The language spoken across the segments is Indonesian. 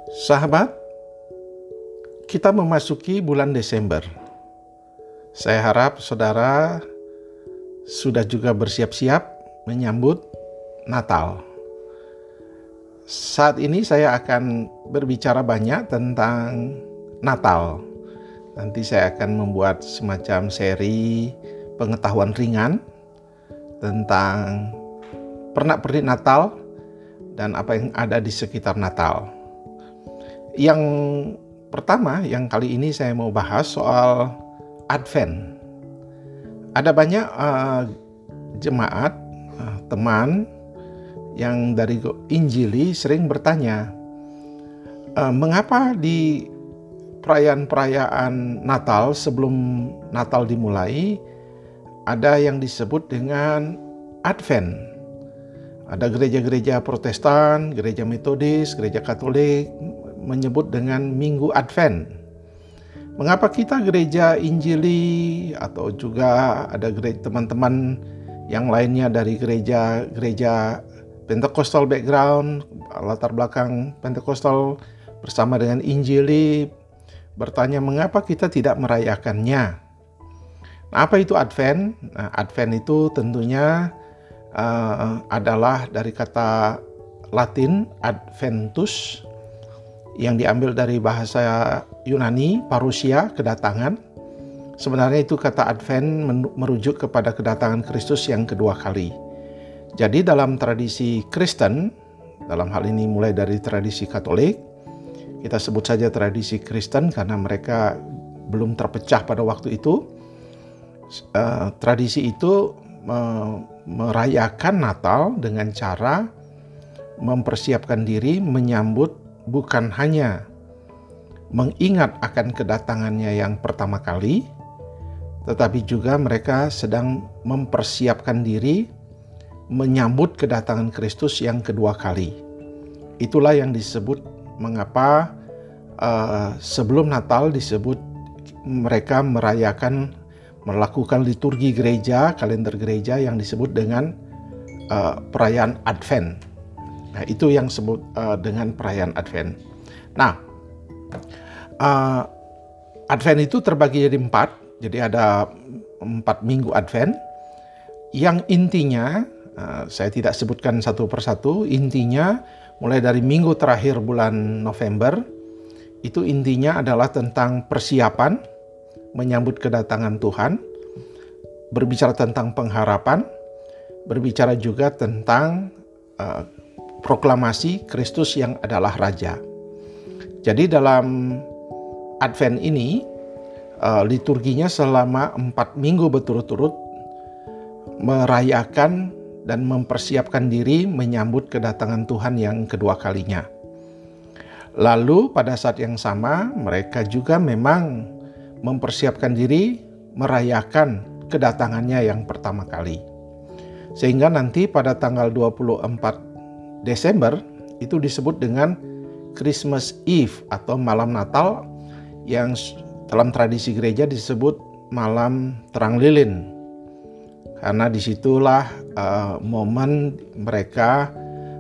Sahabat, kita memasuki bulan Desember. Saya harap saudara sudah juga bersiap-siap menyambut Natal. Saat ini saya akan berbicara banyak tentang Natal. Nanti saya akan membuat semacam seri pengetahuan ringan tentang pernak-pernik Natal dan apa yang ada di sekitar Natal. Yang pertama, yang kali ini saya mau bahas soal Advent. Ada banyak jemaat, teman yang dari Injili sering bertanya, mengapa di perayaan Natal sebelum Natal dimulai ada yang disebut dengan Advent. Ada gereja-gereja Protestan, gereja Metodis, gereja Katolik menyebut dengan Minggu Advent. Mengapa kita gereja Injili atau juga ada teman-teman yang lainnya dari gereja Pentekostal background, latar belakang Pentekostal bersama dengan Injili bertanya mengapa kita tidak merayakannya? Nah, apa itu Advent? Nah, Advent itu tentunya adalah dari kata Latin Adventus yang diambil dari bahasa Yunani, parousia, kedatangan. Sebenarnya itu kata Advent merujuk kepada kedatangan Kristus yang kedua kali. Jadi dalam tradisi Kristen, dalam hal ini mulai dari tradisi Katolik, kita sebut saja tradisi Kristen karena mereka belum terpecah pada waktu itu. Tradisi itu merayakan Natal dengan cara mempersiapkan diri menyambut bukan hanya mengingat akan kedatangannya yang pertama kali, tetapi juga mereka sedang mempersiapkan diri menyambut kedatangan Kristus yang kedua kali. Itulah yang disebut mengapa sebelum Natal disebut mereka melakukan liturgi gereja, kalender gereja yang disebut dengan perayaan Advent. Nah, itu yang disebut dengan perayaan Advent. Nah, Advent itu terbagi jadi 4. Jadi ada 4 minggu Advent. Yang intinya, saya tidak sebutkan satu persatu, intinya mulai dari minggu terakhir bulan November, itu intinya adalah tentang persiapan menyambut kedatangan Tuhan, berbicara tentang pengharapan, berbicara juga tentang proklamasi Kristus yang adalah Raja. Jadi dalam Advent ini liturginya selama 4 minggu berturut-turut merayakan dan mempersiapkan diri menyambut kedatangan Tuhan yang kedua kalinya. Lalu pada saat yang sama mereka juga memang mempersiapkan diri merayakan kedatangannya yang pertama kali. Sehingga nanti pada tanggal 24 Desember itu disebut dengan Christmas Eve atau malam Natal yang dalam tradisi gereja disebut malam terang lilin. Karena disitulah momen mereka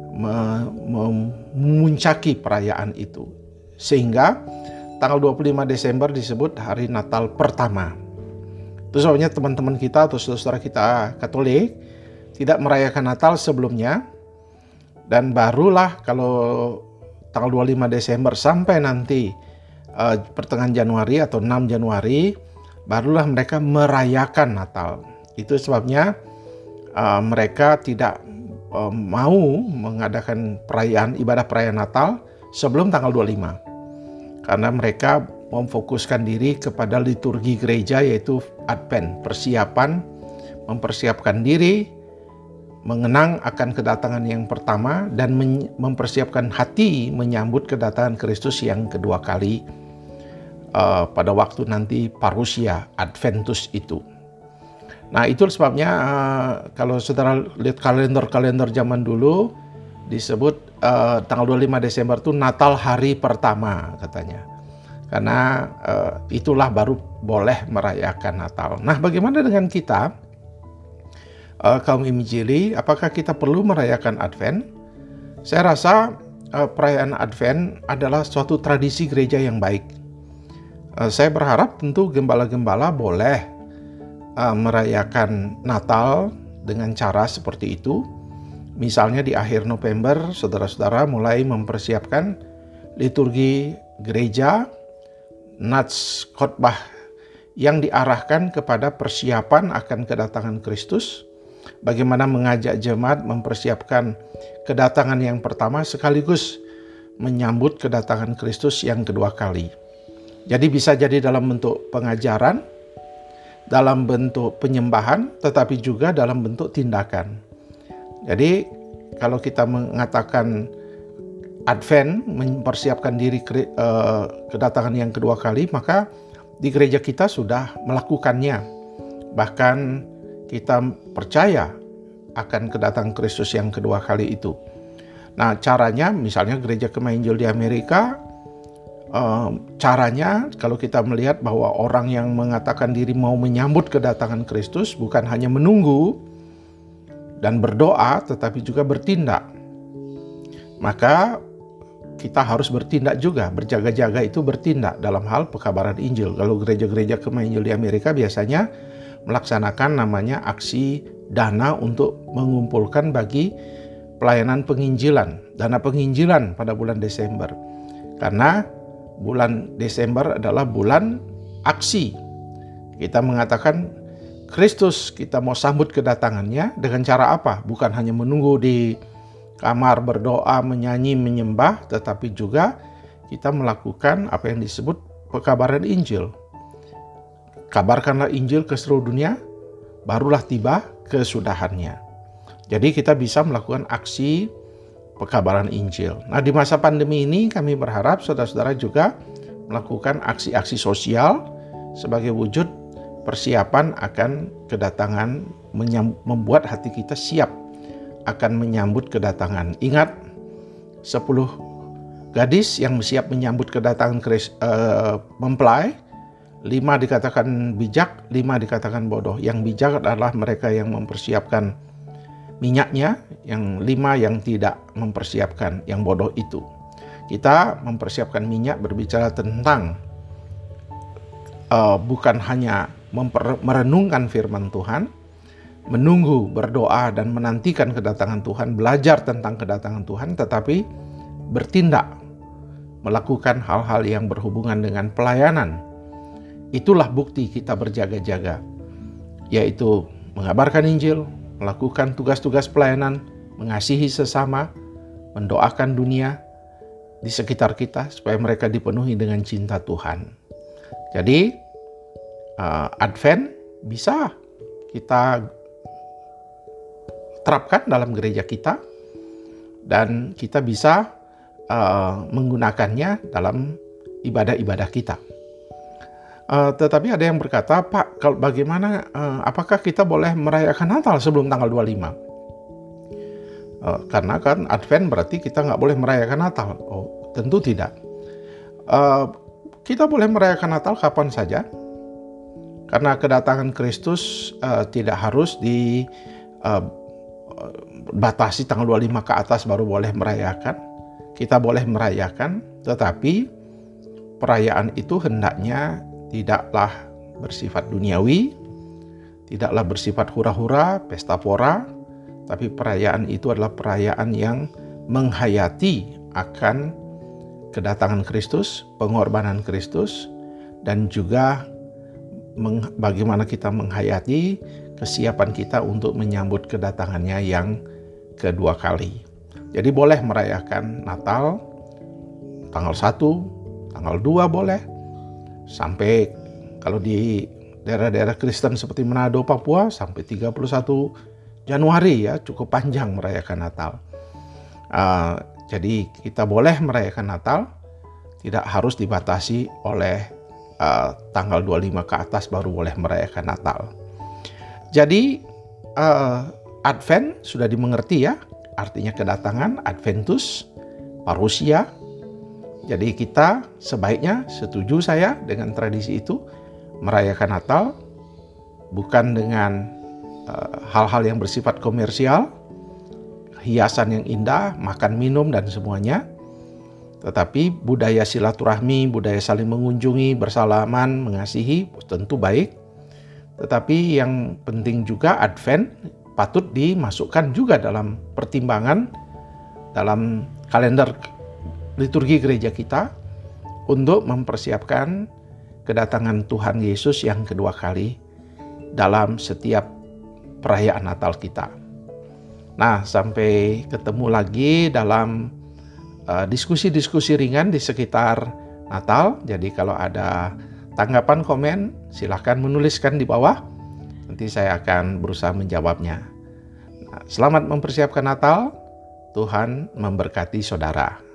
memuncaki perayaan itu. Sehingga tanggal 25 Desember disebut hari Natal pertama. Itu sebabnya teman-teman kita atau saudara-saudara kita Katolik tidak merayakan Natal sebelumnya. Dan barulah kalau tanggal 25 Desember sampai nanti pertengahan Januari atau 6 Januari, barulah mereka merayakan Natal. Itu sebabnya mereka tidak mau mengadakan ibadah perayaan Natal sebelum tanggal 25. Karena mereka memfokuskan diri kepada liturgi gereja yaitu Advent, mempersiapkan diri, mengenang akan kedatangan yang pertama dan mempersiapkan hati menyambut kedatangan Kristus yang kedua kali pada waktu nanti parousia Adventus itu. Nah, itu sebabnya kalau saudara lihat kalender zaman dulu disebut tanggal 25 Desember itu Natal hari pertama katanya. Karena itulah baru boleh merayakan Natal. Nah, bagaimana dengan kita? Kaum Injili, apakah kita perlu merayakan Advent? Saya rasa perayaan Advent adalah suatu tradisi gereja yang baik. Saya berharap tentu gembala-gembala boleh merayakan Natal dengan cara seperti itu. Misalnya di akhir November, saudara-saudara mulai mempersiapkan liturgi gereja, nats khotbah yang diarahkan kepada persiapan akan kedatangan Kristus. Bagaimana mengajak jemaat mempersiapkan kedatangan yang pertama sekaligus menyambut kedatangan Kristus yang kedua kali. Jadi bisa jadi dalam bentuk pengajaran, dalam bentuk penyembahan, tetapi juga dalam bentuk tindakan. Jadi kalau kita mengatakan Advent, mempersiapkan diri kedatangan yang kedua kali, maka di gereja kita sudah melakukannya. Bahkan kita percaya akan kedatangan Kristus yang kedua kali itu. Nah, caranya misalnya gereja Kemah Injil di Amerika, caranya kalau kita melihat bahwa orang yang mengatakan diri mau menyambut kedatangan Kristus bukan hanya menunggu dan berdoa, tetapi juga bertindak. Maka kita harus bertindak juga, berjaga-jaga itu bertindak dalam hal pekabaran Injil. Kalau gereja-gereja Kemah Injil di Amerika biasanya melaksanakan namanya aksi dana untuk mengumpulkan bagi pelayanan penginjilan, dana penginjilan pada bulan Desember. Karena bulan Desember adalah bulan aksi. Kita mengatakan Kristus, kita mau sambut kedatangannya dengan cara apa? Bukan hanya menunggu di kamar berdoa, menyanyi, menyembah, tetapi juga kita melakukan apa yang disebut pekabaran Injil. Kabarkanlah Injil ke seluruh dunia, barulah tiba kesudahannya. Jadi kita bisa melakukan aksi pekabaran Injil. Nah, di masa pandemi ini kami berharap saudara-saudara juga melakukan aksi-aksi sosial sebagai wujud persiapan akan kedatangan, membuat hati kita siap akan menyambut kedatangan. Ingat, 10 gadis yang siap menyambut kedatangan mempelai, 5 dikatakan bijak, 5 dikatakan bodoh. Yang bijak adalah mereka yang mempersiapkan minyaknya, yang 5 yang tidak mempersiapkan, yang bodoh itu. Kita mempersiapkan minyak berbicara tentang bukan hanya merenungkan firman Tuhan, menunggu, berdoa, dan menantikan kedatangan Tuhan, belajar tentang kedatangan Tuhan, tetapi bertindak, melakukan hal-hal yang berhubungan dengan pelayanan. Itulah bukti kita berjaga-jaga, yaitu mengabarkan Injil, melakukan tugas-tugas pelayanan, mengasihi sesama, mendoakan dunia di sekitar kita supaya mereka dipenuhi dengan cinta Tuhan. Jadi Advent bisa kita terapkan dalam gereja kita, dan kita bisa menggunakannya dalam ibadah-ibadah kita. Tetapi ada yang berkata, Pak, kalau bagaimana, apakah kita boleh merayakan Natal sebelum tanggal 25? Karena kan Advent berarti kita nggak boleh merayakan Natal. Oh, tentu tidak. Kita boleh merayakan Natal kapan saja, karena kedatangan Kristus tidak harus batasi tanggal 25 ke atas baru boleh merayakan. Kita boleh merayakan, tetapi perayaan itu hendaknya tidaklah bersifat duniawi, tidaklah bersifat hura-hura, pesta pora, tapi perayaan itu adalah perayaan yang menghayati akan kedatangan Kristus, pengorbanan Kristus, dan juga bagaimana kita menghayati kesiapan kita untuk menyambut kedatangannya yang kedua kali. Jadi boleh merayakan Natal tanggal 1, tanggal 2 boleh, sampai kalau di daerah-daerah Kristen seperti Manado, Papua, sampai 31 Januari ya, cukup panjang merayakan Natal. Jadi kita boleh merayakan Natal, tidak harus dibatasi oleh tanggal 25 ke atas baru boleh merayakan Natal. Jadi Advent sudah dimengerti ya, artinya kedatangan, Adventus, parousia. Jadi kita sebaiknya, setuju saya dengan tradisi itu, merayakan Natal bukan dengan hal-hal yang bersifat komersial, hiasan yang indah, makan minum dan semuanya, Tetapi budaya silaturahmi, budaya saling mengunjungi, bersalaman, mengasihi tentu baik. Tetapi yang penting juga Advent patut dimasukkan juga dalam pertimbangan dalam kalender liturgi gereja kita untuk mempersiapkan kedatangan Tuhan Yesus yang kedua kali dalam setiap perayaan Natal kita. Nah, sampai ketemu lagi dalam diskusi-diskusi ringan di sekitar Natal. Jadi kalau ada tanggapan, komen, silahkan menuliskan di bawah. Nanti saya akan berusaha menjawabnya. Nah, selamat mempersiapkan Natal. Tuhan memberkati saudara.